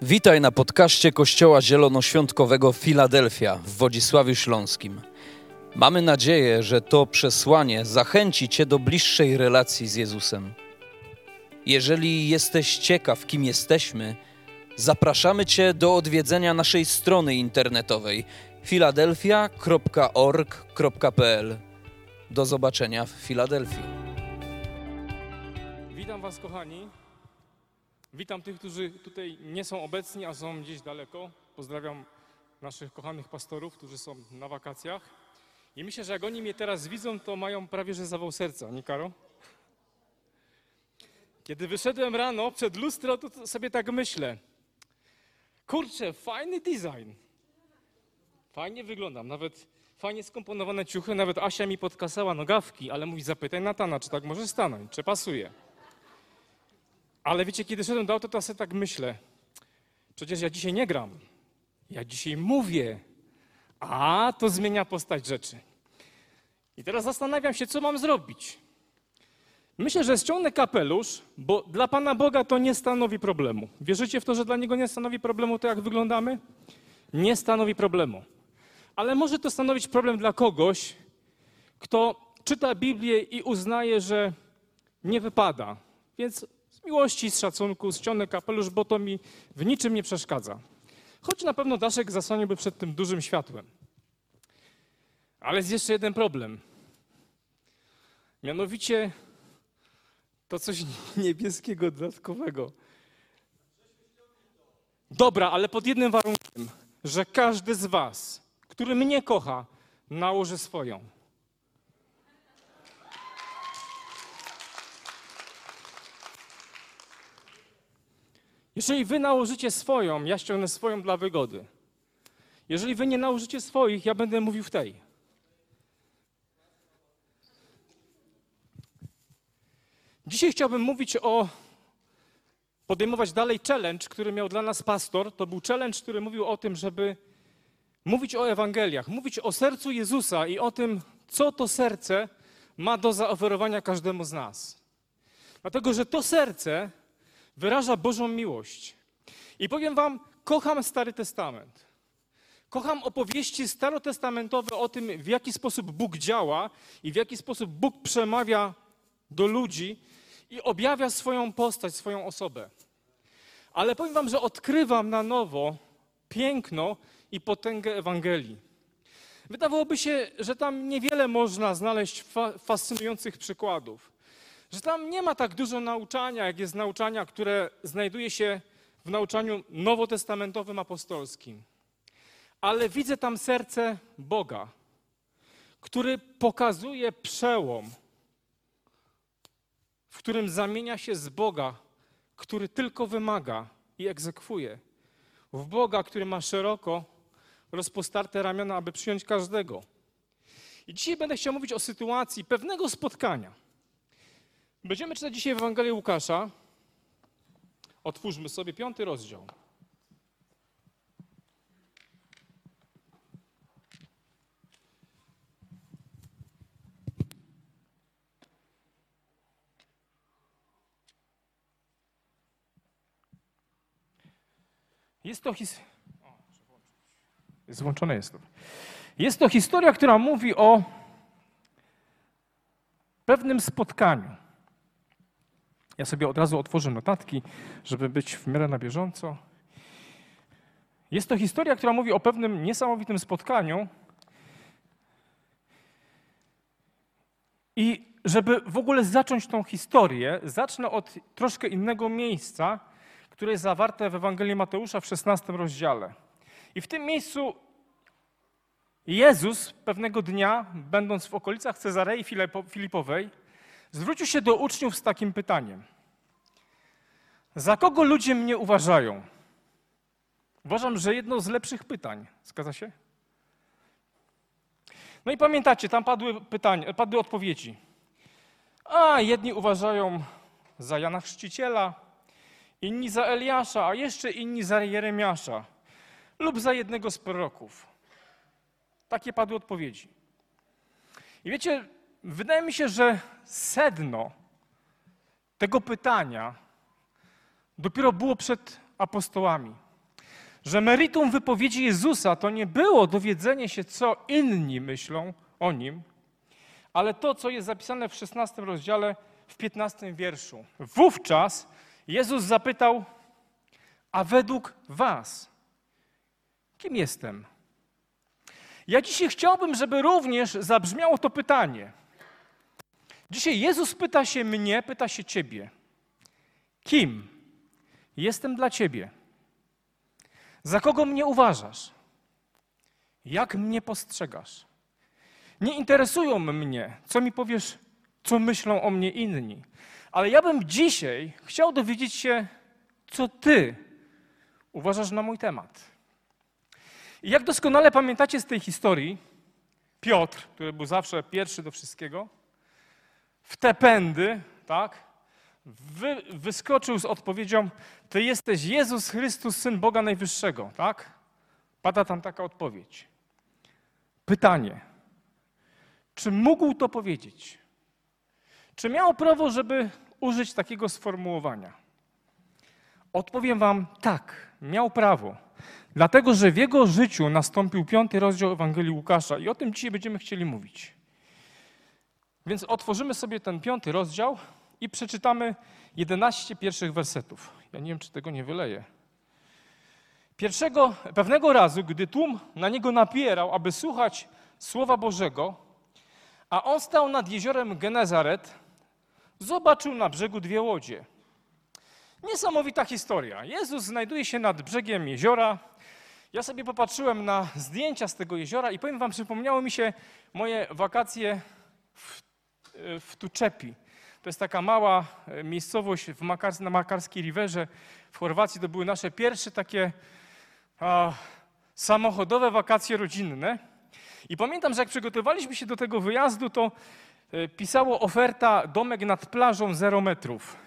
Witaj na podcaście Kościoła Zielonoświątkowego Filadelfia w Wodzisławiu Śląskim. Mamy nadzieję, że to przesłanie zachęci Cię do bliższej relacji z Jezusem. Jeżeli jesteś ciekaw, kim jesteśmy, zapraszamy Cię do odwiedzenia naszej strony internetowej filadelfia.org.pl. Do zobaczenia w Filadelfii. Witam Was, kochani. Witam tych, którzy tutaj nie są obecni, a są gdzieś daleko. Pozdrawiam naszych kochanych pastorów, którzy są na wakacjach. I myślę, że jak oni mnie teraz widzą, to mają prawie że zawał serca, nie, Karo? Kiedy wyszedłem rano przed lustro, to sobie tak myślę. Kurczę, fajny design. Fajnie wyglądam, nawet fajnie skomponowane ciuchy, nawet Asia mi podkasała nogawki, ale mówi, zapytaj Natana, czy tak może stanąć, czy pasuje. Ale wiecie, kiedy szedłem do auta, to sobie tak myślę, przecież ja dzisiaj nie gram, ja dzisiaj mówię, a to zmienia postać rzeczy. I teraz zastanawiam się, co mam zrobić. Myślę, że ściągnę kapelusz, bo dla Pana Boga to nie stanowi problemu. Wierzycie w to, że dla Niego nie stanowi problemu to, jak wyglądamy? Nie stanowi problemu. Ale może to stanowić problem dla kogoś, kto czyta Biblię i uznaje, że nie wypada. Więc z miłości, z szacunku ściągnę kapelusz, bo to mi w niczym nie przeszkadza. Choć na pewno Daszek zasłoniłby przed tym dużym światłem. Ale jest jeszcze jeden problem. Mianowicie to coś niebieskiego, dodatkowego. Dobra, ale pod jednym warunkiem, że każdy z was, który mnie kocha, nałoży swoją. Jeżeli wy nałożycie swoją, ja ściągnę swoją dla wygody. Jeżeli wy nie nałożycie swoich, ja będę mówił w tej. Dzisiaj chciałbym podejmować dalej challenge, który miał dla nas pastor. To był challenge, który mówił o tym, żeby mówić o Ewangeliach, mówić o sercu Jezusa i o tym, co to serce ma do zaoferowania każdemu z nas. Dlatego, że to serce wyraża Bożą miłość. I powiem wam, kocham Stary Testament. Kocham opowieści starotestamentowe o tym, w jaki sposób Bóg działa i w jaki sposób Bóg przemawia do ludzi i objawia swoją postać, swoją osobę. Ale powiem wam, że odkrywam na nowo piękno i potęgę Ewangelii. Wydawałoby się, że tam niewiele można znaleźć fascynujących przykładów. Że tam nie ma tak dużo nauczania, jak jest nauczania, które znajduje się w nauczaniu nowotestamentowym, apostolskim. Ale widzę tam serce Boga, który pokazuje przełom, w którym zamienia się z Boga, który tylko wymaga i egzekwuje, w Boga, który ma szeroko rozpostarte ramiona, aby przyjąć każdego. I dzisiaj będę chciał mówić o sytuacji pewnego spotkania. Będziemy czytać dzisiaj Ewangelię Łukasza. Otwórzmy sobie 5 rozdział. Jest to historia, która mówi o pewnym spotkaniu. Ja sobie od razu otworzę notatki, żeby być w miarę na bieżąco. Jest to historia, która mówi o pewnym niesamowitym spotkaniu. I żeby w ogóle zacząć tą historię, zacznę od troszkę innego miejsca, które jest zawarte w Ewangelii Mateusza w 16 rozdziale. I w tym miejscu Jezus pewnego dnia, będąc w okolicach Cezarei Filipowej, zwrócił się do uczniów z takim pytaniem. Za kogo ludzie mnie uważają? Uważam, że jedno z lepszych pytań. Zgadza się? No i pamiętacie, tam padły odpowiedzi. A jedni uważają za Jana Chrzciciela, inni za Eliasza, a jeszcze inni za Jeremiasza lub za jednego z proroków. Takie padły odpowiedzi. I wiecie, wydaje mi się, że sedno tego pytania dopiero było przed apostołami. że meritum wypowiedzi Jezusa to nie było dowiedzenie się, co inni myślą o Nim, ale to, co jest zapisane w 16 rozdziale, w 15 wierszu. Wówczas Jezus zapytał, a według was, kim jestem? Ja dzisiaj chciałbym, żeby również zabrzmiało to pytanie. Dzisiaj Jezus pyta się mnie, pyta się ciebie. Kim jestem dla ciebie? Za kogo mnie uważasz? Jak mnie postrzegasz? Nie interesują mnie, co mi powiesz, co myślą o mnie inni. Ale ja bym dzisiaj chciał dowiedzieć się, co ty uważasz na mój temat. I jak doskonale pamiętacie z tej historii, Piotr, który był zawsze pierwszy do wszystkiego, w te pędy, tak, wyskoczył z odpowiedzią, ty jesteś Jezus Chrystus, Syn Boga Najwyższego, tak? Pada tam taka odpowiedź. Pytanie, czy mógł to powiedzieć? Czy miał prawo, żeby użyć takiego sformułowania? Odpowiem wam, tak, miał prawo. Dlatego, że w jego życiu nastąpił 5 rozdział Ewangelii Łukasza i o tym dzisiaj będziemy chcieli mówić. Więc otworzymy sobie ten 5 rozdział i przeczytamy 11 pierwszych wersetów. Ja nie wiem, czy tego nie wyleję. Pewnego razu, gdy tłum na niego napierał, aby słuchać Słowa Bożego, a on stał nad jeziorem Genezaret, zobaczył na brzegu 2 łodzie. Niesamowita historia. Jezus znajduje się nad brzegiem jeziora. Ja sobie popatrzyłem na zdjęcia z tego jeziora i powiem wam, przypomniało mi się moje wakacje w Tuczepi. To jest taka mała miejscowość na Makarskiej Riverze w Chorwacji. To były nasze pierwsze takie samochodowe wakacje rodzinne. I pamiętam, że jak przygotowaliśmy się do tego wyjazdu, to pisało oferta domek nad plażą 0 metrów.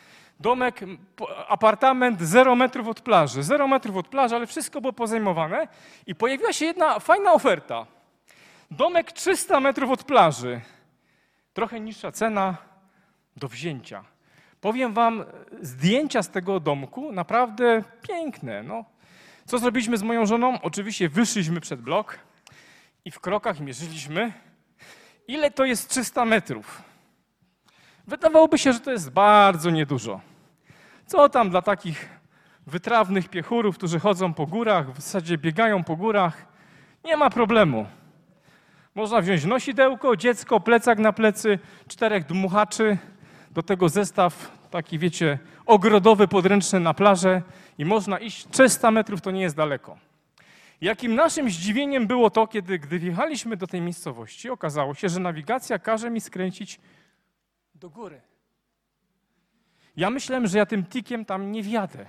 Apartament 0 metrów od plaży. 0 metrów od plaży, ale wszystko było pozajmowane. I pojawiła się jedna fajna oferta. Domek 300 metrów od plaży. Trochę niższa cena do wzięcia. Powiem wam, zdjęcia z tego domku naprawdę piękne. No. Co zrobiliśmy z moją żoną? Oczywiście wyszliśmy przed blok i w krokach mierzyliśmy, ile to jest 300 metrów. Wydawałoby się, że to jest bardzo niedużo. Co tam dla takich wytrawnych piechurów, którzy chodzą po górach, w zasadzie biegają po górach, nie ma problemu. Można wziąć nosidełko, dziecko, plecak na plecy, 4 dmuchaczy, do tego zestaw taki, wiecie, ogrodowy, podręczny na plażę i można iść 300 metrów, to nie jest daleko. Jakim naszym zdziwieniem było to, gdy wjechaliśmy do tej miejscowości, okazało się, że nawigacja każe mi skręcić do góry. Ja myślałem, że ja tym tikiem tam nie wjadę.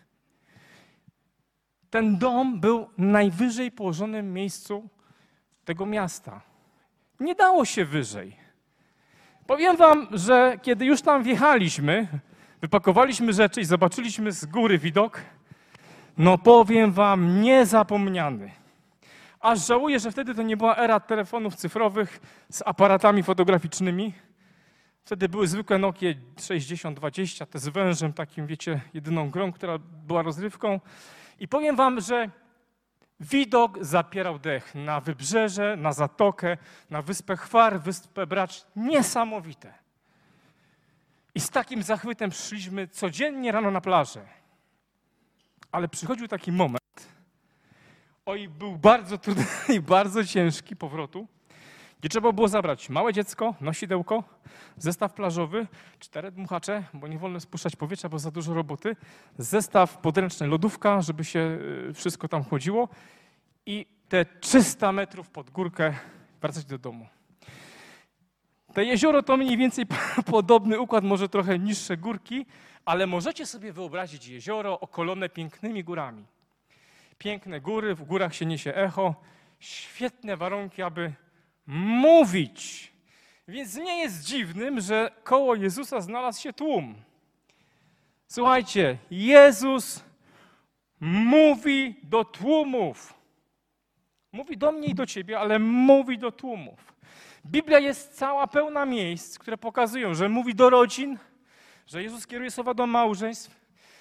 Ten dom był w najwyżej położonym miejscu tego miasta. Nie dało się wyżej. Powiem wam, że kiedy już tam wjechaliśmy, wypakowaliśmy rzeczy i zobaczyliśmy z góry widok, no powiem wam, niezapomniany. Aż żałuję, że wtedy to nie była era telefonów cyfrowych z aparatami fotograficznymi. Wtedy były zwykłe Nokie 6020, te z wężem takim, wiecie, jedyną grą, która była rozrywką. I powiem wam, że widok zapierał dech na wybrzeże, na zatokę, na wyspę Chwar, wyspę Bracz. Niesamowite. I z takim zachwytem szliśmy codziennie rano na plażę. Ale przychodził taki moment, był bardzo trudny i bardzo ciężki powrotu, gdzie trzeba było zabrać małe dziecko, nosidełko, zestaw plażowy, 4 dmuchacze, bo nie wolno spuszczać powietrza, bo za dużo roboty, zestaw podręczny, lodówka, żeby się wszystko tam chodziło i te 300 metrów pod górkę wracać do domu. To jezioro to mniej więcej podobny układ, może trochę niższe górki, ale możecie sobie wyobrazić jezioro okolone pięknymi górami. Piękne góry, w górach się niesie echo, świetne warunki, aby mówić. Więc nie jest dziwnym, że koło Jezusa znalazł się tłum. Słuchajcie, Jezus mówi do tłumów. Mówi do mnie i do ciebie, ale mówi do tłumów. Biblia jest cała pełna miejsc, które pokazują, że mówi do rodzin, że Jezus kieruje słowa do małżeństw.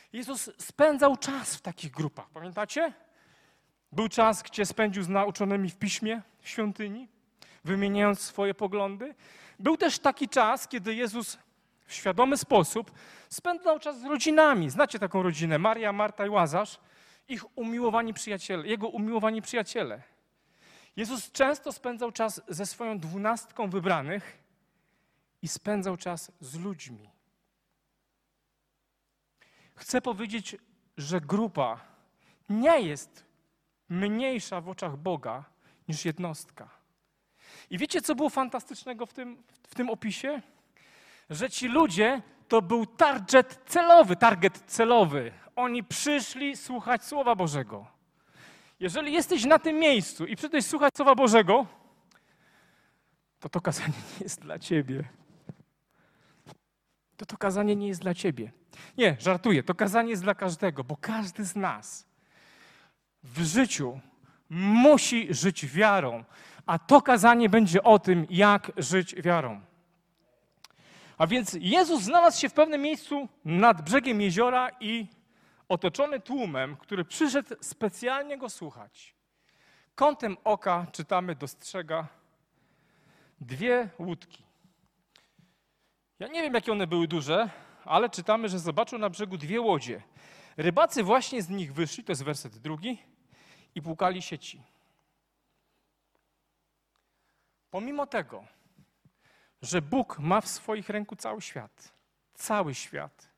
Jezus spędzał czas w takich grupach, pamiętacie? Był czas, gdzie spędził z nauczonymi w piśmie, w świątyni, wymieniając swoje poglądy. Był też taki czas, kiedy Jezus w świadomy sposób spędzał czas z rodzinami. Znacie taką rodzinę? Maria, Marta i Łazarz, jego umiłowani przyjaciele. Jezus często spędzał czas ze swoją 12 wybranych i spędzał czas z ludźmi. Chcę powiedzieć, że grupa nie jest mniejsza w oczach Boga niż jednostka. I wiecie, co było fantastycznego w tym opisie? Że ci ludzie to był target celowy. Oni przyszli słuchać Słowa Bożego. Jeżeli jesteś na tym miejscu i przyszedłeś słuchać Słowa Bożego, to kazanie nie jest dla ciebie. To kazanie nie jest dla ciebie. Nie, żartuję, to kazanie jest dla każdego, bo każdy z nas w życiu musi żyć wiarą, a to kazanie będzie o tym, jak żyć wiarą. A więc Jezus znalazł się w pewnym miejscu nad brzegiem jeziora i otoczony tłumem, który przyszedł specjalnie go słuchać. Kątem oka, czytamy, dostrzega 2 łódki. Ja nie wiem, jakie one były duże, ale czytamy, że zobaczył na brzegu 2 łodzie. Rybacy właśnie z nich wyszli, to jest werset 2, i płukali sieci. Pomimo tego, że Bóg ma w swoich ręku cały świat,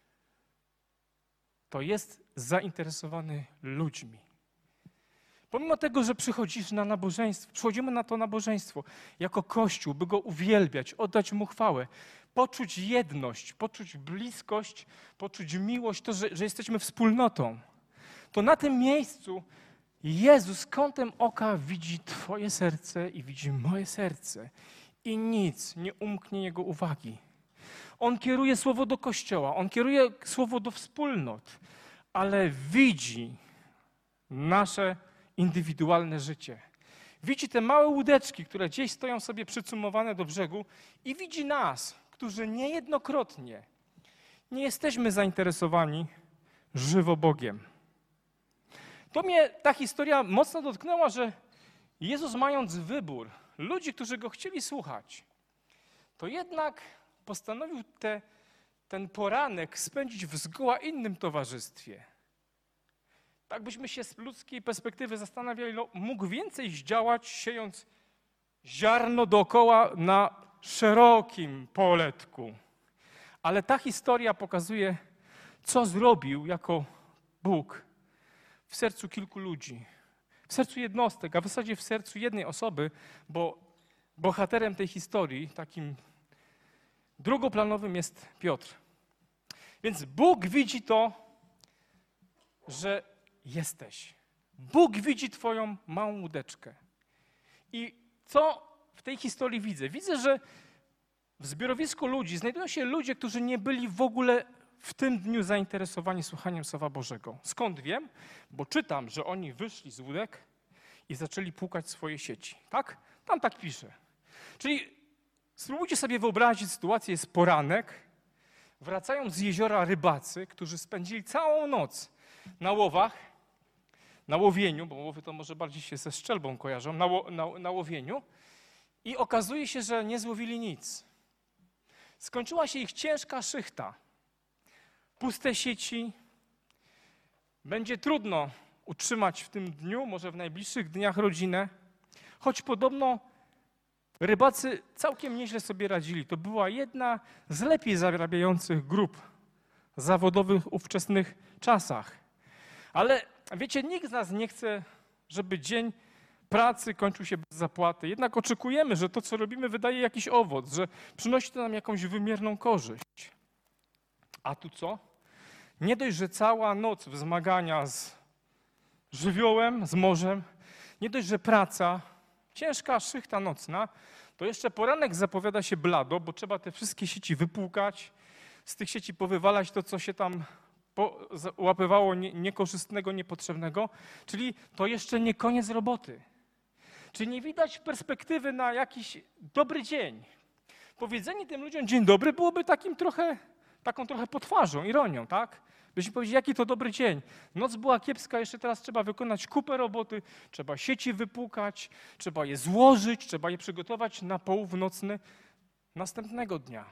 to jest zainteresowany ludźmi. Pomimo tego, że przychodzimy na to nabożeństwo jako Kościół, by Go uwielbiać, oddać Mu chwałę, poczuć jedność, poczuć bliskość, poczuć miłość, to, że jesteśmy wspólnotą, to na tym miejscu Jezus kątem oka widzi twoje serce i widzi moje serce i nic nie umknie Jego uwagi. On kieruje słowo do Kościoła, On kieruje słowo do wspólnot, ale widzi nasze indywidualne życie. Widzi te małe łódeczki, które gdzieś stoją sobie przycumowane do brzegu i widzi nas, którzy niejednokrotnie nie jesteśmy zainteresowani żywo Bogiem. To mnie ta historia mocno dotknęła, że Jezus, mając wybór ludzi, którzy Go chcieli słuchać, to jednak postanowił ten poranek spędzić w zgoła innym towarzystwie. Tak byśmy się z ludzkiej perspektywy zastanawiali, mógł więcej zdziałać, siejąc ziarno dookoła na szerokim poletku. Ale ta historia pokazuje, co zrobił jako Bóg w sercu kilku ludzi, w sercu jednostek, a w zasadzie w sercu jednej osoby, bo bohaterem tej historii, takim drugoplanowym jest Piotr. Więc Bóg widzi to, że jesteś. Bóg widzi twoją małą łódeczkę. I co w tej historii widzę? Widzę, że w zbiorowisku ludzi znajdują się ludzie, którzy nie byli w ogóle w tym dniu zainteresowani słuchaniem Słowa Bożego. Skąd wiem? Bo czytam, że oni wyszli z łódek i zaczęli płukać swoje sieci. Tak? Tam tak pisze. Czyli spróbujcie sobie wyobrazić sytuację, jest poranek, wracają z jeziora rybacy, którzy spędzili całą noc na łowach, na łowieniu, bo łowy to może bardziej się ze strzelbą kojarzą, na łowieniu i okazuje się, że nie złowili nic. Skończyła się ich ciężka szychta. Puste sieci. Będzie trudno utrzymać w tym dniu, może w najbliższych dniach rodzinę, choć podobno rybacy całkiem nieźle sobie radzili. To była jedna z lepiej zarabiających grup zawodowych w ówczesnych czasach. Ale wiecie, nikt z nas nie chce, żeby dzień pracy kończył się bez zapłaty. Jednak oczekujemy, że to, co robimy, wydaje jakiś owoc, że przynosi to nam jakąś wymierną korzyść. A tu co? Nie dość, że cała noc wzmagania z żywiołem, z morzem, nie dość, że praca, ciężka szychta nocna, to jeszcze poranek zapowiada się blado, bo trzeba te wszystkie sieci wypłukać, z tych sieci powywalać to, co się tam łapywało niekorzystnego, niepotrzebnego, czyli to jeszcze nie koniec roboty. Czyli nie widać perspektywy na jakiś dobry dzień. Powiedzenie tym ludziom dzień dobry byłoby taką trochę potwarzą, ironią, tak? Byśmy powiedzieli, jaki to dobry dzień. Noc była kiepska, jeszcze teraz trzeba wykonać kupę roboty, trzeba sieci wypłukać, trzeba je złożyć, trzeba je przygotować na połów nocny następnego dnia.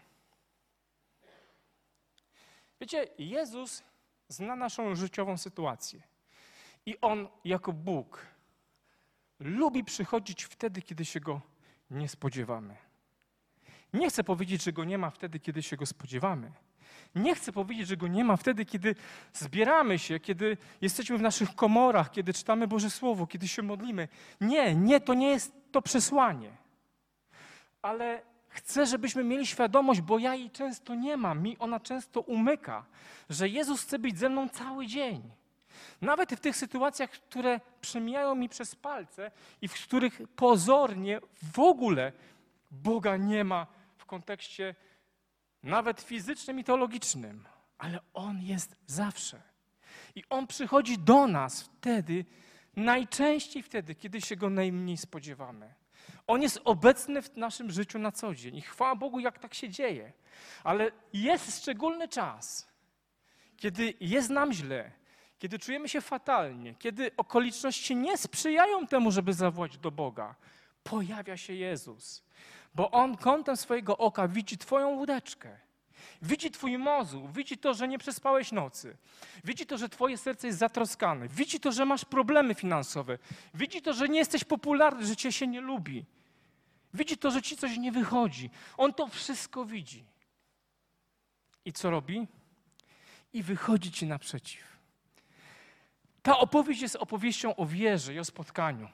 Wiecie, Jezus zna naszą życiową sytuację. I On jako Bóg lubi przychodzić wtedy, kiedy się Go nie spodziewamy. Nie chcę powiedzieć, że Go nie ma wtedy, kiedy się Go spodziewamy. Nie chcę powiedzieć, że Go nie ma wtedy, kiedy zbieramy się, kiedy jesteśmy w naszych komorach, kiedy czytamy Boże Słowo, kiedy się modlimy. Nie, to nie jest to przesłanie. Ale chcę, żebyśmy mieli świadomość, bo ja jej często nie mam, mi ona często umyka, że Jezus chce być ze mną cały dzień. Nawet w tych sytuacjach, które przemijają mi przez palce i w których pozornie w ogóle Boga nie ma w kontekście nawet fizycznym i teologicznym, ale On jest zawsze. I On przychodzi do nas wtedy, najczęściej wtedy, kiedy się Go najmniej spodziewamy. On jest obecny w naszym życiu na co dzień i chwała Bogu, jak tak się dzieje. Ale jest szczególny czas, kiedy jest nam źle, kiedy czujemy się fatalnie, kiedy okoliczności nie sprzyjają temu, żeby zawołać do Boga. Pojawia się Jezus, bo On kątem swojego oka widzi twoją łódeczkę. Widzi twój mozuł, widzi to, że nie przespałeś nocy. Widzi to, że twoje serce jest zatroskane. Widzi to, że masz problemy finansowe. Widzi to, że nie jesteś popularny, że cię się nie lubi. Widzi to, że ci coś nie wychodzi. On to wszystko widzi. I co robi? I wychodzi ci naprzeciw. Ta opowieść jest opowieścią o wierze i o spotkaniu.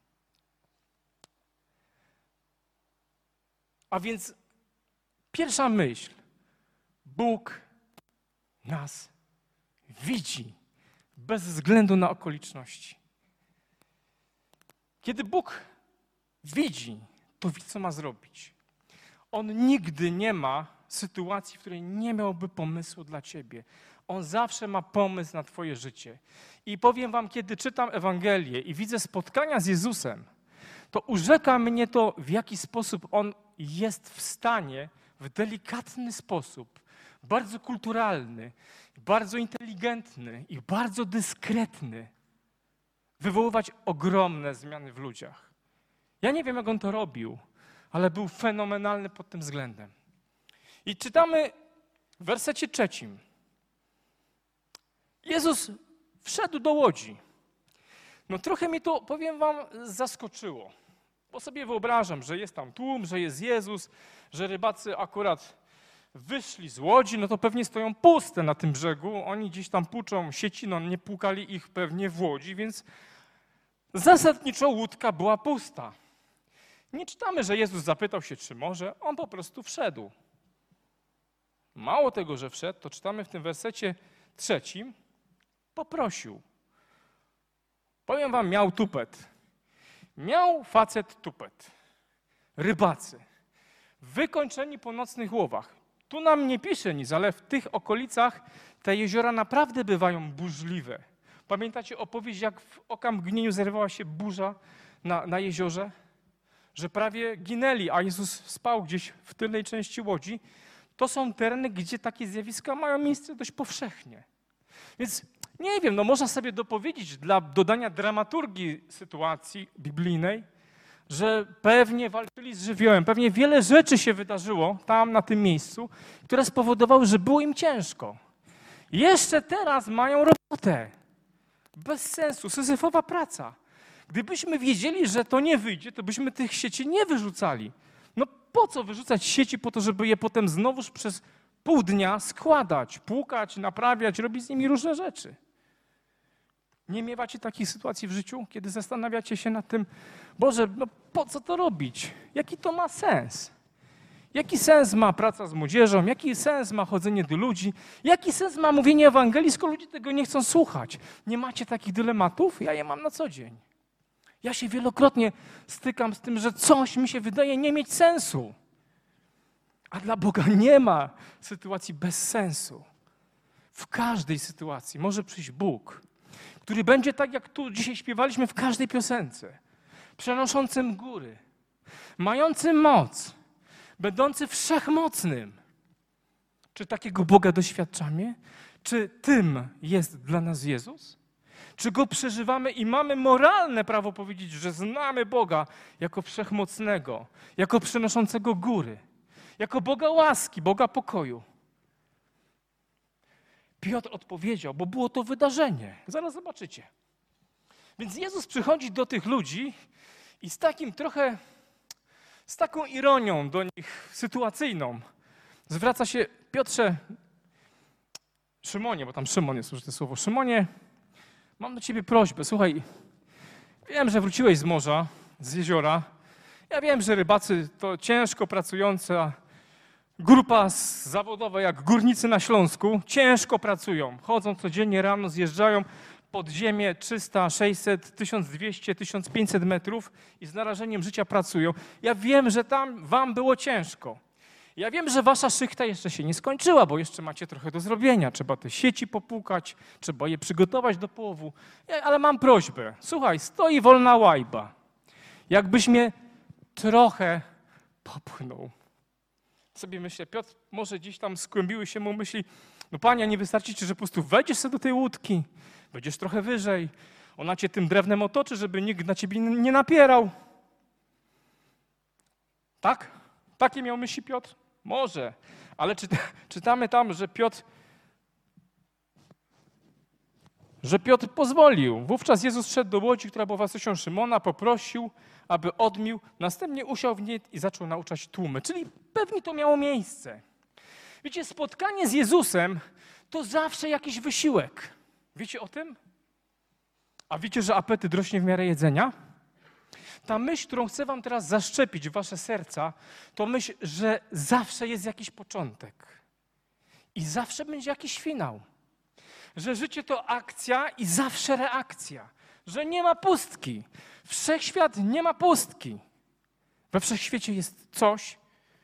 A więc pierwsza myśl. Bóg nas widzi bez względu na okoliczności. Kiedy Bóg widzi, to wie, co ma zrobić. On nigdy nie ma sytuacji, w której nie miałby pomysłu dla ciebie. On zawsze ma pomysł na twoje życie. I powiem wam, kiedy czytam Ewangelię i widzę spotkania z Jezusem, to urzeka mnie to, w jaki sposób On jest w stanie w delikatny sposób, bardzo kulturalny, bardzo inteligentny i bardzo dyskretny wywoływać ogromne zmiany w ludziach. Ja nie wiem, jak On to robił, ale był fenomenalny pod tym względem. I czytamy w wersecie 3. Jezus wszedł do łodzi. No trochę mnie to, powiem wam, zaskoczyło. Bo sobie wyobrażam, że jest tam tłum, że jest Jezus, że rybacy akurat wyszli z łodzi, no to pewnie stoją puste na tym brzegu. Oni gdzieś tam puczą sieci, no nie płukali ich pewnie w łodzi, więc zasadniczo łódka była pusta. Nie czytamy, że Jezus zapytał się, czy może. On po prostu wszedł. Mało tego, że wszedł, to czytamy w tym wersecie 3, poprosił. Powiem wam, miał tupet. Miał facet tupet. Rybacy. Wykończeni po nocnych łowach. Tu nam nie pisze nic, ale w tych okolicach te jeziora naprawdę bywają burzliwe. Pamiętacie opowieść, jak w oka mgnieniu zerwała się burza na jeziorze? Że prawie ginęli, a Jezus spał gdzieś w tylnej części łodzi. To są tereny, gdzie takie zjawiska mają miejsce dość powszechnie. Więc nie wiem, no można sobie dopowiedzieć dla dodania dramaturgii sytuacji biblijnej, że pewnie walczyli z żywiołem, pewnie wiele rzeczy się wydarzyło tam na tym miejscu, które spowodowały, że było im ciężko. Jeszcze teraz mają robotę. Bez sensu, syzyfowa praca. Gdybyśmy wiedzieli, że to nie wyjdzie, to byśmy tych sieci nie wyrzucali. No po co wyrzucać sieci po to, żeby je potem znowuż przez pół dnia składać, płukać, naprawiać, robić z nimi różne rzeczy. Nie miewacie takich sytuacji w życiu, kiedy zastanawiacie się nad tym, Boże, no po co to robić? Jaki to ma sens? Jaki sens ma praca z młodzieżą? Jaki sens ma chodzenie do ludzi? Jaki sens ma mówienie Ewangelii, skoro ludzie tego nie chcą słuchać? Nie macie takich dylematów? Ja je mam na co dzień. Ja się wielokrotnie stykam z tym, że coś mi się wydaje nie mieć sensu. A dla Boga nie ma sytuacji bez sensu. W każdej sytuacji może przyjść Bóg, który będzie tak, jak tu dzisiaj śpiewaliśmy w każdej piosence, przenoszącym góry, mającym moc, będący wszechmocnym. Czy takiego Boga doświadczamy? Czy tym jest dla nas Jezus? Czy Go przeżywamy i mamy moralne prawo powiedzieć, że znamy Boga jako wszechmocnego, jako przenoszącego góry, jako Boga łaski, Boga pokoju? Piotr odpowiedział, bo było to wydarzenie. Zaraz zobaczycie. Więc Jezus przychodzi do tych ludzi i z taką ironią do nich sytuacyjną zwraca się: Piotrze, Szymonie, bo tam Szymon jest użyte słowo. Szymonie, mam do ciebie prośbę. Słuchaj, wiem, że wróciłeś z morza, z jeziora. Ja wiem, że rybacy to ciężko pracująca grupa zawodowa, jak górnicy na Śląsku. Ciężko pracują. Chodzą codziennie rano, zjeżdżają pod ziemię 300, 600, 1200, 1500 metrów i z narażeniem życia pracują. Ja wiem, że tam wam było ciężko. Ja wiem, że wasza szychta jeszcze się nie skończyła, bo jeszcze macie trochę do zrobienia. Trzeba te sieci popłukać, trzeba je przygotować do połowu. Ale mam prośbę. Słuchaj, stoi wolna łajba. Jakbyś mnie trochę popchnął. Sobie myślę, Piotr, może gdzieś tam skłębiły się mu myśli: no Panie, nie wystarczy ci, że po prostu wejdziesz sobie do tej łódki, będziesz trochę wyżej, ona cię tym drewnem otoczy, żeby nikt na ciebie nie napierał. Tak? Takie miał myśli Piotr? Może, ale czytamy tam, że Piotr pozwolił. Wówczas Jezus szedł do łodzi, która była własnością Szymona, poprosił, aby odmił, następnie usiadł w niej i zaczął nauczać tłumy. Czyli pewnie to miało miejsce. Wiecie, spotkanie z Jezusem to zawsze jakiś wysiłek. Wiecie o tym? A wiecie, że apetyt rośnie w miarę jedzenia? Ta myśl, którą chcę wam teraz zaszczepić w wasze serca, to myśl, że zawsze jest jakiś początek i zawsze będzie jakiś finał. Że życie to akcja i zawsze reakcja. Że nie ma pustki. Wszechświat nie ma pustki. We wszechświecie jest coś,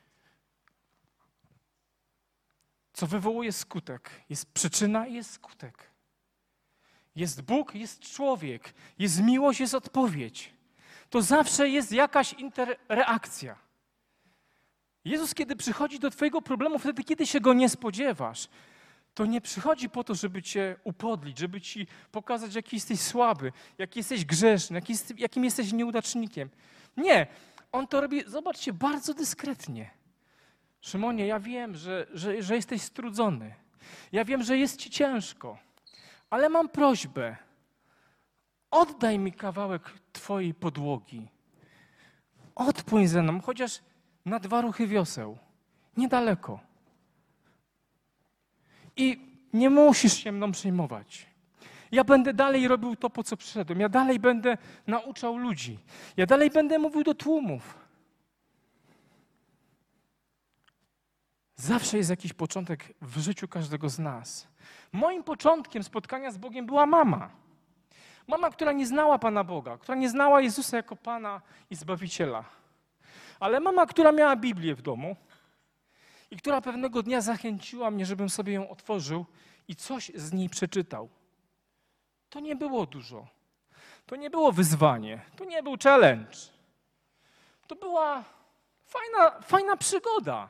co wywołuje skutek. Jest przyczyna i jest skutek. Jest Bóg, jest człowiek. Jest miłość, jest odpowiedź. To zawsze jest jakaś interreakcja. Jezus, kiedy przychodzi do twojego problemu, wtedy, kiedy się go nie spodziewasz, to nie przychodzi po to, żeby cię upodlić, żeby ci pokazać, jaki jesteś słaby, jaki jesteś grzeszny, jakim jesteś nieudacznikiem. Nie, on to robi, zobaczcie, bardzo dyskretnie. Szymonie, ja wiem, że jesteś strudzony. Ja wiem, że jest ci ciężko, ale mam prośbę. Oddaj mi kawałek twojej podłogi. Odpłyń ze mną, chociaż na 2 ruchy wioseł. Niedaleko. I nie musisz się mną przejmować. Ja będę dalej robił to, po co przyszedłem. Ja dalej będę nauczał ludzi. Ja dalej będę mówił do tłumów. Zawsze jest jakiś początek w życiu każdego z nas. Moim początkiem spotkania z Bogiem była mama. Mama, która nie znała Pana Boga, która nie znała Jezusa jako Pana i Zbawiciela. Ale mama, która miała Biblię w domu i która pewnego dnia zachęciła mnie, żebym sobie ją otworzył i coś z niej przeczytał. To nie było dużo. To nie było wyzwanie. To nie był challenge. To była fajna przygoda.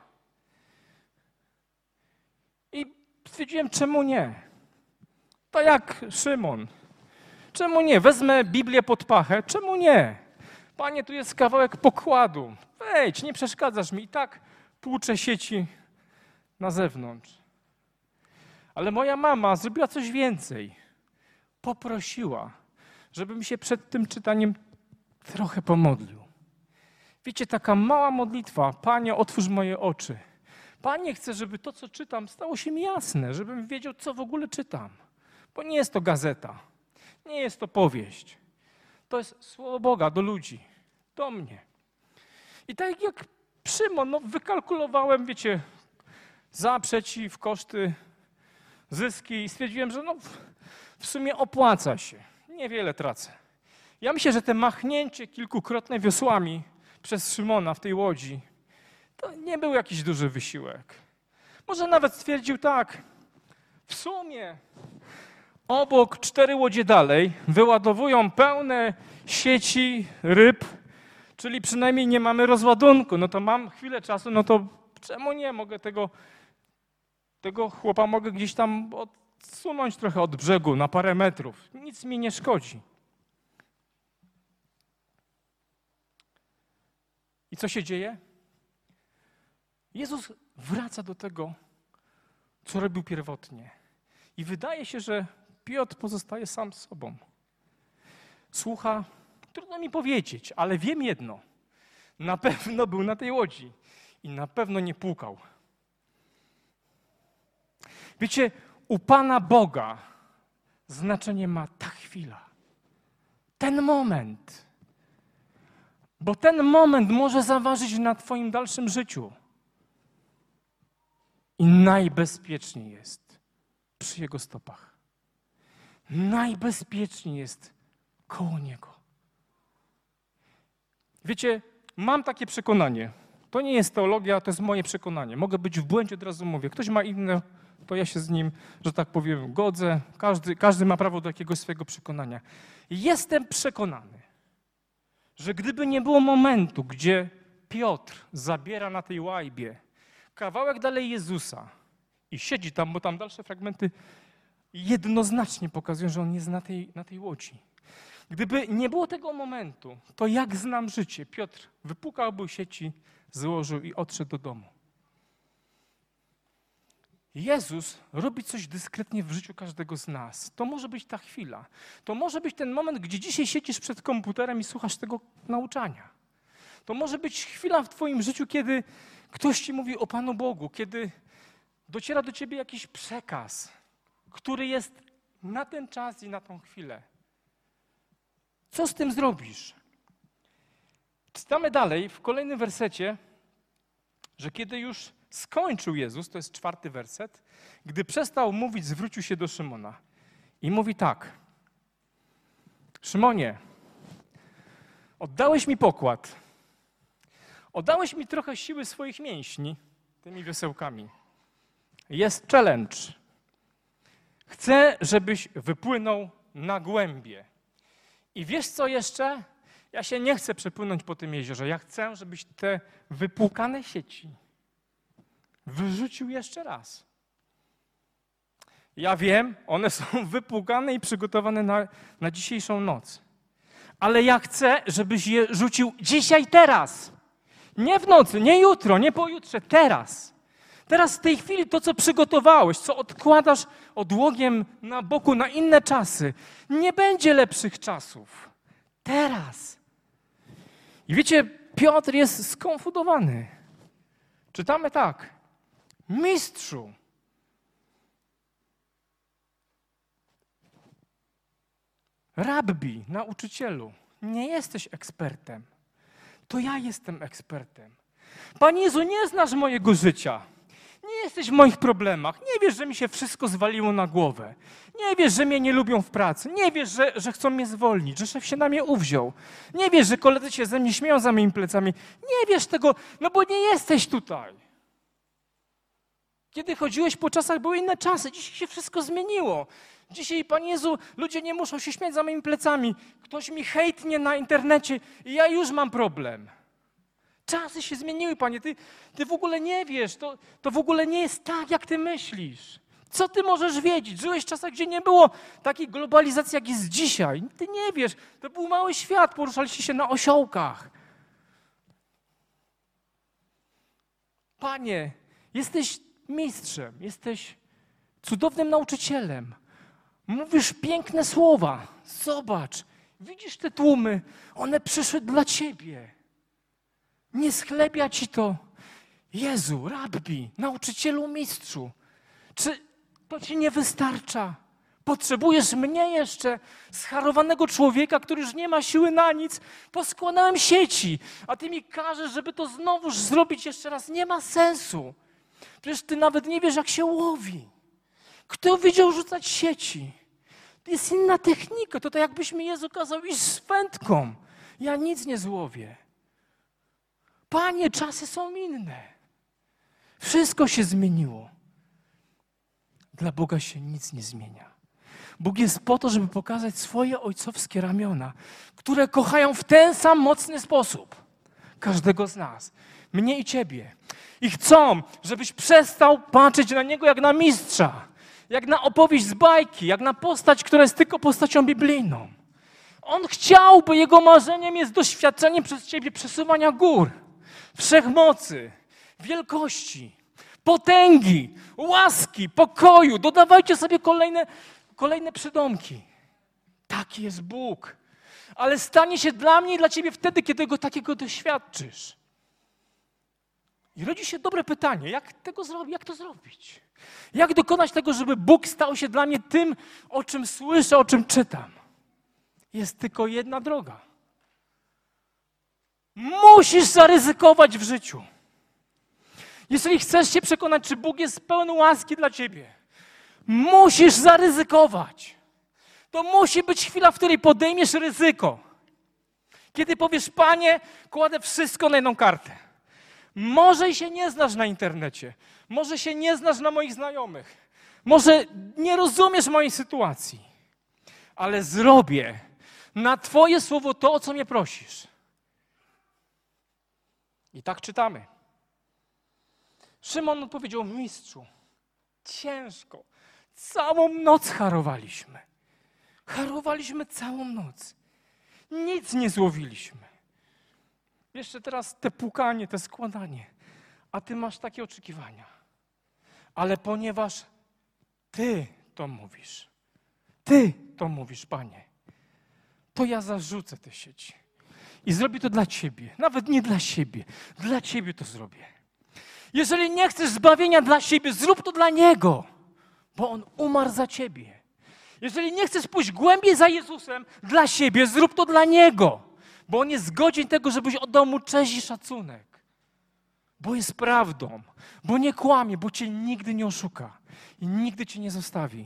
I stwierdziłem, czemu nie? To jak Szymon. Czemu nie? Wezmę Biblię pod pachę. Czemu nie? Panie, tu jest kawałek pokładu. Wejdź, nie przeszkadzasz mi. I tak tłuczę sieci na zewnątrz. Ale moja mama zrobiła coś więcej. Poprosiła, żebym się przed tym czytaniem trochę pomodlił. Wiecie, taka mała modlitwa. Panie, otwórz moje oczy. Panie, chcę, żeby to, co czytam, stało się mi jasne, żebym wiedział, co w ogóle czytam. Bo nie jest to gazeta, nie jest to powieść. To jest słowo Boga do ludzi, do mnie. I tak jak Szymon, wykalkulowałem, wiecie, za, przeciw, koszty, zyski i stwierdziłem, że w sumie opłaca się. Niewiele tracę. Ja myślę, że te machnięcie kilkukrotne wiosłami przez Szymona w tej łodzi to nie był jakiś duży wysiłek. Może nawet stwierdził tak, w sumie obok 4 łodzie dalej wyładowują pełne sieci ryb, czyli przynajmniej nie mamy rozładunku. No to mam chwilę czasu, no to czemu nie? Mogę tego chłopa mogę gdzieś tam odsunąć trochę od brzegu na parę metrów. Nic mi nie szkodzi. I co się dzieje? Jezus wraca do tego, co robił pierwotnie. I wydaje się, że Piotr pozostaje sam z sobą. Słucha, trudno mi powiedzieć, ale wiem jedno. Na pewno był na tej łodzi i na pewno nie płukał. Wiecie, u Pana Boga znaczenie ma ta chwila. Ten moment. Bo ten moment może zaważyć na twoim dalszym życiu. I najbezpieczniej jest przy Jego stopach. Najbezpieczniej jest koło Niego. Wiecie, mam takie przekonanie. To nie jest teologia, to jest moje przekonanie. Mogę być w błędzie, od razu mówię. Ktoś ma inne, to ja się z nim, że tak powiem, godzę. Każdy ma prawo do jakiegoś swojego przekonania. Jestem przekonany, że gdyby nie było momentu, gdzie Piotr zabiera na tej łajbie kawałek dalej Jezusa i siedzi tam, bo tam dalsze fragmenty jednoznacznie pokazują, że on jest na tej łodzi. Gdyby nie było tego momentu, to jak znam życie, Piotr wypukałby sieci, złożył i odszedł do domu. Jezus robi coś dyskretnie w życiu każdego z nas. To może być ta chwila. To może być ten moment, gdzie dzisiaj siedzisz przed komputerem i słuchasz tego nauczania. To może być chwila w twoim życiu, kiedy ktoś ci mówi o Panu Bogu, kiedy dociera do ciebie jakiś przekaz, który jest na ten czas i na tą chwilę. Co z tym zrobisz? Czytamy dalej w kolejnym wersecie, że kiedy już skończył Jezus, to jest 4. werset, gdy przestał mówić, zwrócił się do Szymona i mówi tak: Szymonie, oddałeś mi pokład, oddałeś mi trochę siły swoich mięśni tymi wiosełkami. Jest challenge. Chcę, żebyś wypłynął na głębie. I wiesz co jeszcze? Ja się nie chcę przepłynąć po tym jeziorze. Ja chcę, żebyś te wypłukane sieci wyrzucił jeszcze raz. Ja wiem, one są wypłukane i przygotowane na dzisiejszą noc. Ale ja chcę, żebyś je rzucił dzisiaj, teraz. Nie w nocy, nie jutro, nie pojutrze, teraz. Teraz w tej chwili to, co przygotowałeś, co odkładasz odłogiem na boku na inne czasy, nie będzie lepszych czasów. Teraz. I wiecie, Piotr jest skonfundowany. Czytamy tak: Mistrzu, rabbi, nauczycielu, nie jesteś ekspertem. To ja jestem ekspertem. Panie Jezu, nie znasz mojego życia. Nie jesteś w moich problemach. Nie wiesz, że mi się wszystko zwaliło na głowę. Nie wiesz, że mnie nie lubią w pracy. Nie wiesz, że chcą mnie zwolnić, że szef się na mnie uwziął. Nie wiesz, że koledzy się ze mnie śmieją za moimi plecami. Nie wiesz tego, no bo nie jesteś tutaj. Kiedy chodziłeś po czasach, były inne czasy. Dzisiaj się wszystko zmieniło. Dzisiaj, Panie Jezu, ludzie nie muszą się śmiać za moimi plecami. Ktoś mi hejtnie na internecie i ja już mam problem. Czasy się zmieniły, Panie. Ty w ogóle nie wiesz. To w ogóle nie jest tak, jak ty myślisz. Co ty możesz wiedzieć? Żyłeś w czasach, gdzie nie było takiej globalizacji, jak jest dzisiaj. Ty nie wiesz. To był mały świat. Poruszaliście się na osiołkach. Panie, jesteś mistrzem. Jesteś cudownym nauczycielem. Mówisz piękne słowa. Zobacz. Widzisz te tłumy? One przyszły dla ciebie. Nie schlebia ci to. Jezu, rabbi, nauczycielu, mistrzu. Czy to ci nie wystarcza? Potrzebujesz mnie jeszcze, scharowanego człowieka, który już nie ma siły na nic. Poskładałem sieci, a ty mi każesz, żeby to znowuż zrobić jeszcze raz. Nie ma sensu. Przecież ty nawet nie wiesz, jak się łowi. Kto wiedział rzucać sieci? To jest inna technika. To tak jakbyś mi Jezu kazał iść z wędką. Ja nic nie złowię. Panie, czasy są inne. Wszystko się zmieniło. Dla Boga się nic nie zmienia. Bóg jest po to, żeby pokazać swoje ojcowskie ramiona, które kochają w ten sam mocny sposób każdego z nas, mnie i ciebie. I chcą, żebyś przestał patrzeć na Niego jak na mistrza, jak na opowieść z bajki, jak na postać, która jest tylko postacią biblijną. On chciałby, jego marzeniem jest doświadczenie przez ciebie przesuwania gór, wszechmocy, wielkości, potęgi, łaski, pokoju. Dodawajcie sobie kolejne przydomki. Taki jest Bóg. Ale stanie się dla mnie i dla ciebie wtedy, kiedy go takiego doświadczysz. I rodzi się dobre pytanie, jak to zrobić? Jak dokonać tego, żeby Bóg stał się dla mnie tym, o czym słyszę, o czym czytam? Jest tylko jedna droga. Musisz zaryzykować w życiu. Jeżeli chcesz się przekonać, czy Bóg jest pełen łaski dla ciebie, musisz zaryzykować. To musi być chwila, w której podejmiesz ryzyko. Kiedy powiesz, Panie, kładę wszystko na jedną kartę. Może się nie znasz na internecie, może się nie znasz na moich znajomych, może nie rozumiesz mojej sytuacji, ale zrobię na Twoje słowo to, o co mnie prosisz. I tak czytamy. Szymon odpowiedział, mistrzu, ciężko, całą noc harowaliśmy. Harowaliśmy całą noc. Nic nie złowiliśmy. Jeszcze teraz te pukanie, te składanie. A ty masz takie oczekiwania. Ale ponieważ ty to mówisz, Panie, to ja zarzucę te sieci. I zrobię to dla ciebie. Nawet nie dla siebie. Dla ciebie to zrobię. Jeżeli nie chcesz zbawienia dla siebie, zrób to dla Niego, bo On umarł za ciebie. Jeżeli nie chcesz pójść głębiej za Jezusem dla siebie, zrób to dla Niego, bo On jest godzien tego, żebyś oddał Mu cześć i szacunek. Bo jest prawdą, bo nie kłamie, bo cię nigdy nie oszuka i nigdy cię nie zostawi.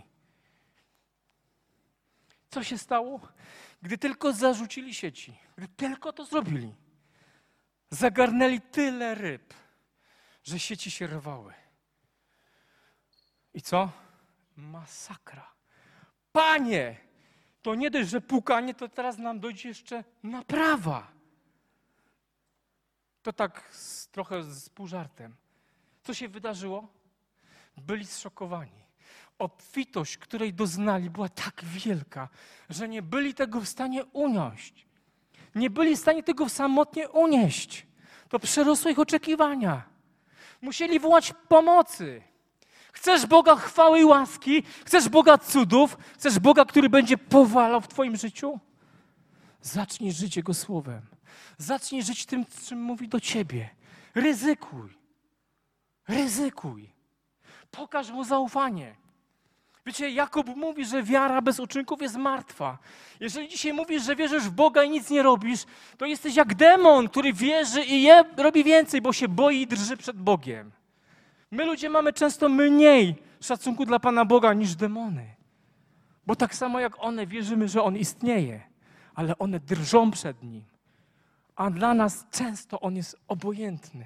Co się stało? Gdy tylko zarzucili sieci, gdy tylko to zrobili, zagarnęli tyle ryb, że sieci się rwały. I co? Masakra. Panie, to nie dość, że pukanie, to teraz nam dojdzie jeszcze naprawa. To tak trochę z pół żartem. Co się wydarzyło? Byli zszokowani. Obfitość, której doznali, była tak wielka, że nie byli tego w stanie unieść. Nie byli w stanie tego samotnie unieść. To przerosło ich oczekiwania. Musieli wołać pomocy. Chcesz Boga chwały i łaski? Chcesz Boga cudów? Chcesz Boga, który będzie powalał w twoim życiu? Zacznij żyć Jego słowem. Zacznij żyć tym, czym mówi do ciebie. Ryzykuj. Ryzykuj. Pokaż Mu zaufanie. Wiecie, Jakub mówi, że wiara bez uczynków jest martwa. Jeżeli dzisiaj mówisz, że wierzysz w Boga i nic nie robisz, to jesteś jak demon, który wierzy i robi więcej, bo się boi i drży przed Bogiem. My ludzie mamy często mniej szacunku dla Pana Boga niż demony. Bo tak samo jak one wierzymy, że On istnieje, ale one drżą przed Nim. A dla nas często On jest obojętny.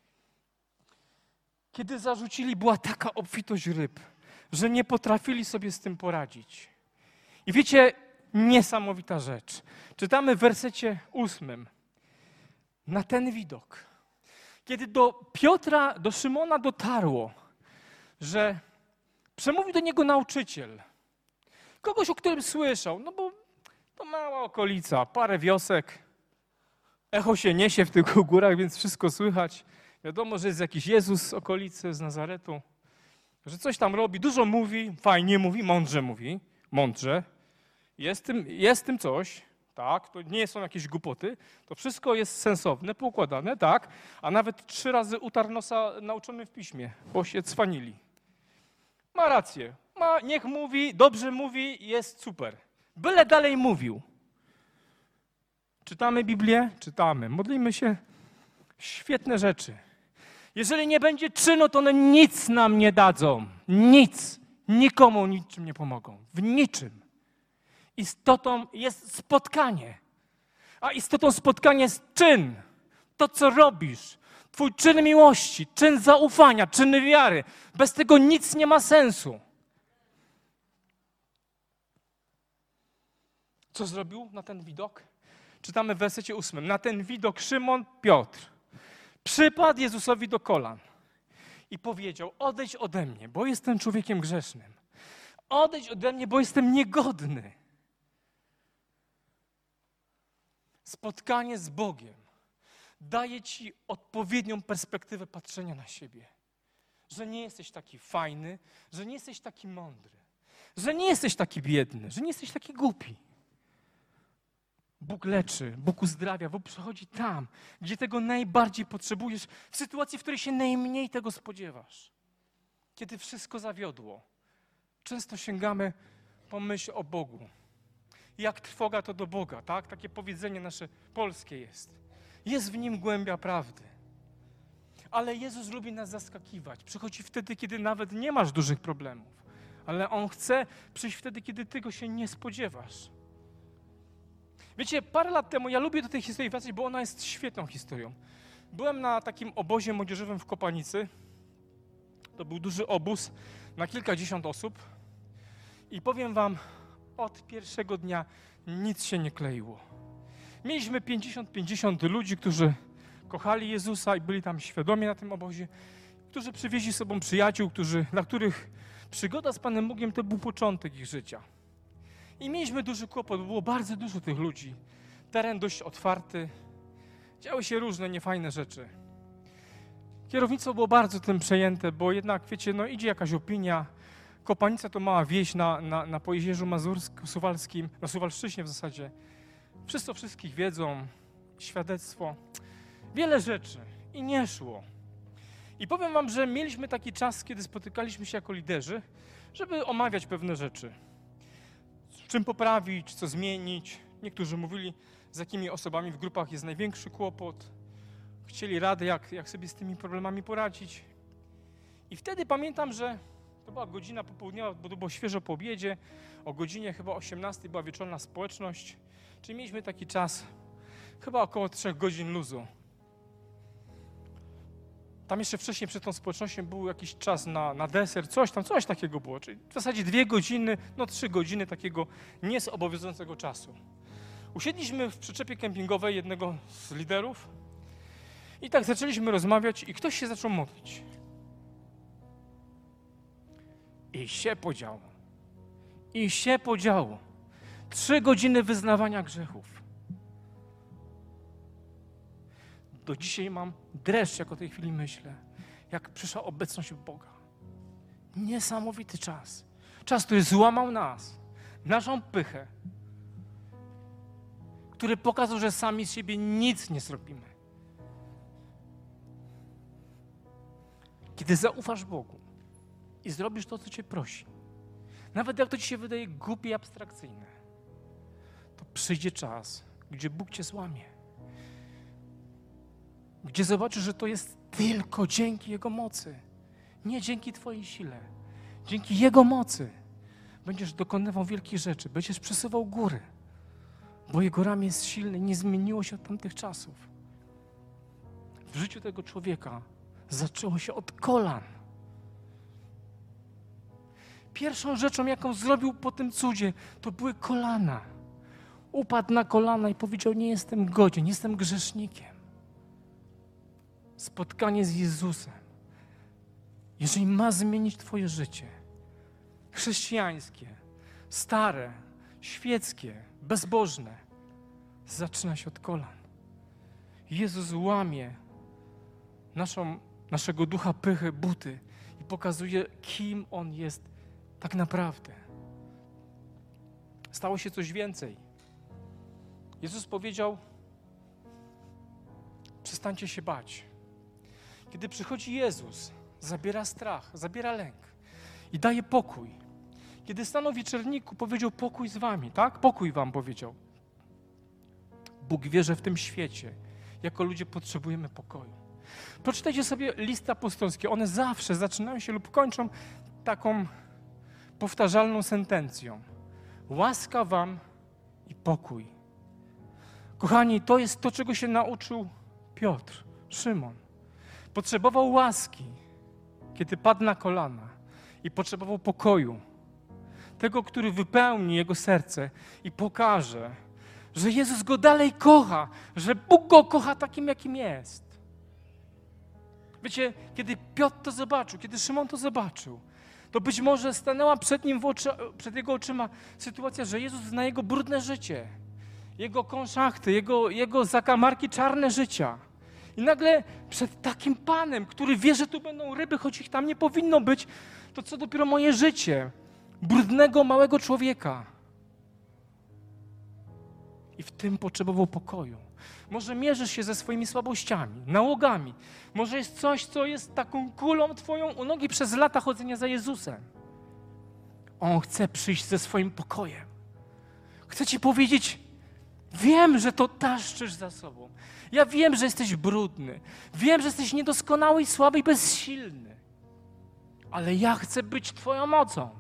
Kiedy zarzucili, była taka obfitość ryb, że nie potrafili sobie z tym poradzić. I wiecie, niesamowita rzecz. Czytamy w wersecie 8. Na ten widok. Kiedy do Piotra, do Szymona dotarło, że przemówił do niego nauczyciel, kogoś, o którym słyszał, no bo to mała okolica, parę wiosek, echo się niesie w tych górach, więc wszystko słychać. Wiadomo, że jest jakiś Jezus z okolicy, z Nazaretu, że coś tam robi, dużo mówi, fajnie mówi, mądrze. Jest tym coś, tak, to nie są jakieś głupoty, to wszystko jest sensowne, poukładane, tak, a nawet 3 razy utarł nosa nauczony w piśmie, bo się cwanili. Ma rację, niech mówi, dobrze mówi, jest super. Byle dalej mówił. Czytamy Biblię? Czytamy. Modlimy się? Świetne rzeczy. Jeżeli nie będzie czynu, to one nic nam nie dadzą. Nic. Nikomu niczym nie pomogą. W niczym. Istotą jest spotkanie. A istotą spotkania jest czyn. To, co robisz. Twój czyn miłości, czyn zaufania, czyn wiary. Bez tego nic nie ma sensu. Co zrobił na ten widok? Czytamy w wersecie 8. Na ten widok Szymon Piotr przypadł Jezusowi do kolan i powiedział: odejdź ode mnie, bo jestem człowiekiem grzesznym. Odejdź ode mnie, bo jestem niegodny. Spotkanie z Bogiem daje ci odpowiednią perspektywę patrzenia na siebie. Że nie jesteś taki fajny, że nie jesteś taki mądry, że nie jesteś taki biedny, że nie jesteś taki głupi. Bóg leczy, Bóg uzdrawia, Bóg przychodzi tam, gdzie tego najbardziej potrzebujesz, w sytuacji, w której się najmniej tego spodziewasz. Kiedy wszystko zawiodło, często sięgamy po myśl o Bogu. Jak trwoga, to do Boga, tak? Takie powiedzenie nasze polskie jest. Jest w nim głębia prawdy. Ale Jezus lubi nas zaskakiwać. Przychodzi wtedy, kiedy nawet nie masz dużych problemów. Ale On chce przyjść wtedy, kiedy ty go się nie spodziewasz. Wiecie, parę lat temu, ja lubię do tej historii wracać, bo ona jest świetną historią. Byłem na takim obozie młodzieżowym w Kopanicy. To był duży obóz na kilkadziesiąt osób. I powiem wam, od pierwszego dnia nic się nie kleiło. Mieliśmy 50 ludzi, którzy kochali Jezusa i byli tam świadomi na tym obozie, którzy przywieźli z sobą przyjaciół, dla których przygoda z Panem Bogiem to był początek ich życia. I mieliśmy duży kłopot, było bardzo dużo tych ludzi. Teren dość otwarty, działy się różne niefajne rzeczy. Kierownictwo było bardzo tym przejęte, bo jednak, wiecie, no idzie jakaś opinia. Kopanica to mała wieś na Pojezierzu Suwalskim, na Suwalszczyźnie w zasadzie. Wszyscy o wszystkich wiedzą, świadectwo, wiele rzeczy i nie szło. I powiem wam, że mieliśmy taki czas, kiedy spotykaliśmy się jako liderzy, żeby omawiać pewne rzeczy. Czym poprawić, co zmienić. Niektórzy mówili, z jakimi osobami w grupach jest największy kłopot. Chcieli rady, jak sobie z tymi problemami poradzić. I wtedy pamiętam, że to była godzina popołudniowa, bo to było świeżo po obiedzie. O godzinie chyba 18 była wieczorna społeczność. Czyli mieliśmy taki czas, chyba około 3 godzin luzu. Tam jeszcze wcześniej przed tą społecznością był jakiś czas na deser, coś takiego było. Czyli w zasadzie 2 godziny, 3 godziny takiego niezobowiązującego czasu. Usiedliśmy w przyczepie kempingowej jednego z liderów i tak zaczęliśmy rozmawiać i ktoś się zaczął modlić. I się podziało. I się podziało. 3 godziny wyznawania grzechów. Do dzisiaj mam dreszcz, jak o tej chwili myślę, jak przyszła obecność Boga. Niesamowity czas. Czas, który złamał nas, naszą pychę, który pokazał, że sami z siebie nic nie zrobimy. Kiedy zaufasz Bogu i zrobisz to, co Cię prosi, nawet jak to Ci się wydaje głupie i abstrakcyjne, to przyjdzie czas, gdzie Bóg Cię złamie. Gdzie zobaczysz, że to jest tylko dzięki Jego mocy. Nie dzięki Twojej sile. Dzięki Jego mocy będziesz dokonywał wielkich rzeczy. Będziesz przesuwał góry. Bo Jego ramię jest silne. Nie zmieniło się od tamtych czasów. W życiu tego człowieka zaczęło się od kolan. Pierwszą rzeczą, jaką zrobił po tym cudzie, to były kolana. Upadł na kolana i powiedział, nie jestem godzien, jestem grzesznikiem. Spotkanie z Jezusem, jeżeli ma zmienić Twoje życie, chrześcijańskie, stare, świeckie, bezbożne, zaczyna się od kolan. Jezus łamie naszego ducha pychy, buty i pokazuje, kim On jest tak naprawdę. Stało się coś więcej. Jezus powiedział, przestańcie się bać. Kiedy przychodzi Jezus, zabiera strach, zabiera lęk i daje pokój. Kiedy stanął w wieczerniku, powiedział, pokój z wami, tak? Pokój wam powiedział. Bóg wie, że w tym świecie, jako ludzie, potrzebujemy pokoju. Przeczytajcie sobie listy apostolskie. One zawsze zaczynają się lub kończą taką powtarzalną sentencją. Łaska wam i pokój. Kochani, to jest to, czego się nauczył Piotr, Szymon. Potrzebował łaski, kiedy padł na kolana i potrzebował pokoju. Tego, który wypełni jego serce i pokaże, że Jezus go dalej kocha, że Bóg go kocha takim, jakim jest. Wiecie, kiedy Piotr to zobaczył, kiedy Szymon to zobaczył, to być może stanęła przed jego oczyma sytuacja, że Jezus zna jego brudne życie, jego konszachty, jego zakamarki czarne życia. I nagle przed takim Panem, który wie, że tu będą ryby, choć ich tam nie powinno być, to co dopiero moje życie, brudnego, małego człowieka. I w tym potrzebował pokoju. Może mierzysz się ze swoimi słabościami, nałogami. Może jest coś, co jest taką kulą twoją u nogi przez lata chodzenia za Jezusem. On chce przyjść ze swoim pokojem. Chce ci powiedzieć, wiem, że to taszczysz za sobą. Ja wiem, że jesteś brudny. Wiem, że jesteś niedoskonały i słaby i bezsilny. Ale ja chcę być twoją mocą.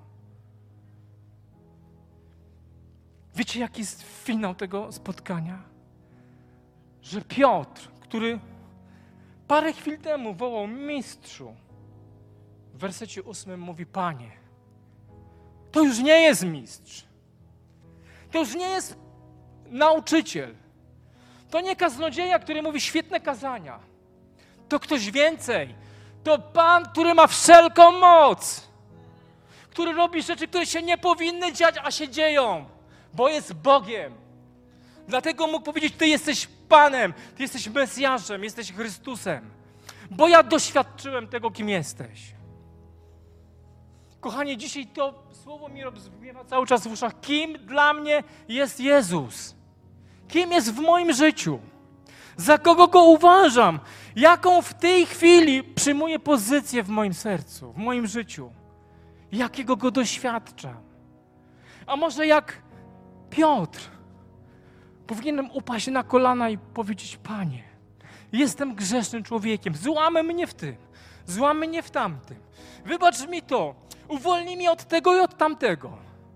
Wiecie, jaki jest finał tego spotkania? Że Piotr, który parę chwil temu wołał mistrzu, w wersecie 8 mówi, Panie, to już nie jest mistrz. To już nie jest nauczyciel. To nie kaznodzieja, który mówi świetne kazania. To ktoś więcej. To Pan, który ma wszelką moc. Który robi rzeczy, które się nie powinny dziać, a się dzieją. Bo jest Bogiem. Dlatego mógł powiedzieć, Ty jesteś Panem, Ty jesteś Mesjaszem, jesteś Chrystusem. Bo ja doświadczyłem tego, kim jesteś. Kochanie, dzisiaj to słowo mi rozbrzmiewa cały czas w uszach. Kim dla mnie jest Jezus? Kim jest w moim życiu? Za kogo Go uważam? Jaką w tej chwili przyjmuje pozycję w moim sercu, w moim życiu? Jakiego Go doświadczam? A może jak Piotr, powinienem upaść na kolana i powiedzieć, Panie, jestem grzesznym człowiekiem, złamy mnie w tym, złamy mnie w tamtym. Wybacz mi to, uwolnij mnie od tego i od tamtego.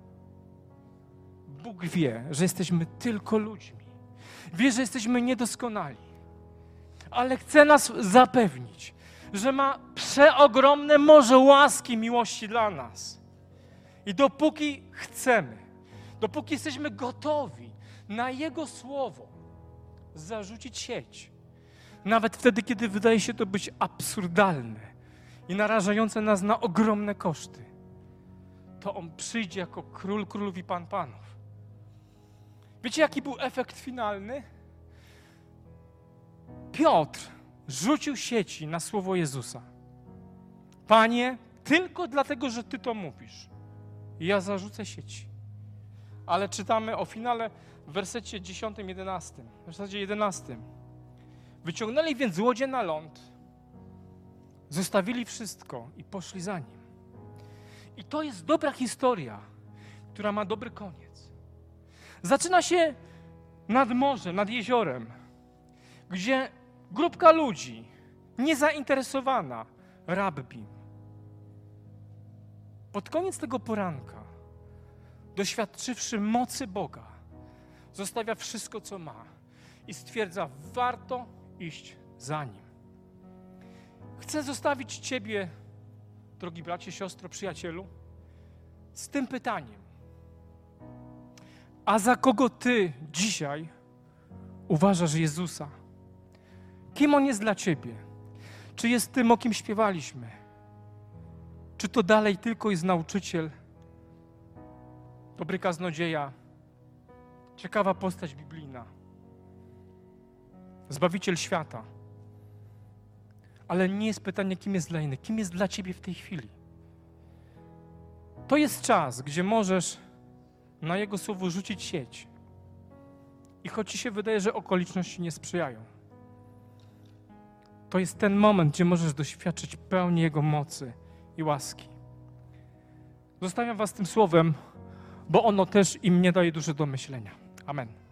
Bóg wie, że jesteśmy tylko ludźmi. Wie, że jesteśmy niedoskonali. Ale chce nas zapewnić, że ma przeogromne morze łaski, miłości dla nas. I dopóki chcemy, dopóki jesteśmy gotowi na Jego słowo zarzucić sieć, nawet wtedy, kiedy wydaje się to być absurdalne i narażające nas na ogromne koszty, to On przyjdzie jako Król Królów i Pan Panów. Wiecie, jaki był efekt finalny? Piotr rzucił sieci na słowo Jezusa. Panie, tylko dlatego, że Ty to mówisz, ja zarzucę sieci. Ale czytamy o finale w wersecie 10, 11. W wersecie 11. Wyciągnęli więc łodzie na ląd, zostawili wszystko i poszli za Nim. I to jest dobra historia, która ma dobry koniec. Zaczyna się nad morzem, nad jeziorem, gdzie grupka ludzi niezainteresowana rabbim. Pod koniec tego poranka, doświadczywszy mocy Boga, zostawia wszystko, co ma i stwierdza, warto iść za Nim. Chcę zostawić Ciebie, drogi bracie, siostro, przyjacielu, z tym pytaniem. A za kogo Ty dzisiaj uważasz Jezusa? Kim On jest dla Ciebie? Czy jest tym, o kim śpiewaliśmy? Czy to dalej tylko jest nauczyciel, dobry kaznodzieja, ciekawa postać biblijna, Zbawiciel świata? Ale nie jest pytanie, kim jest dla innych, kim jest dla Ciebie w tej chwili. To jest czas, gdzie możesz na Jego słowo rzucić sieć. I choć Ci się wydaje, że okoliczności nie sprzyjają, to jest ten moment, gdzie możesz doświadczyć pełni Jego mocy i łaski. Zostawiam Was tym słowem, bo ono też im nie daje dużo do myślenia. Amen.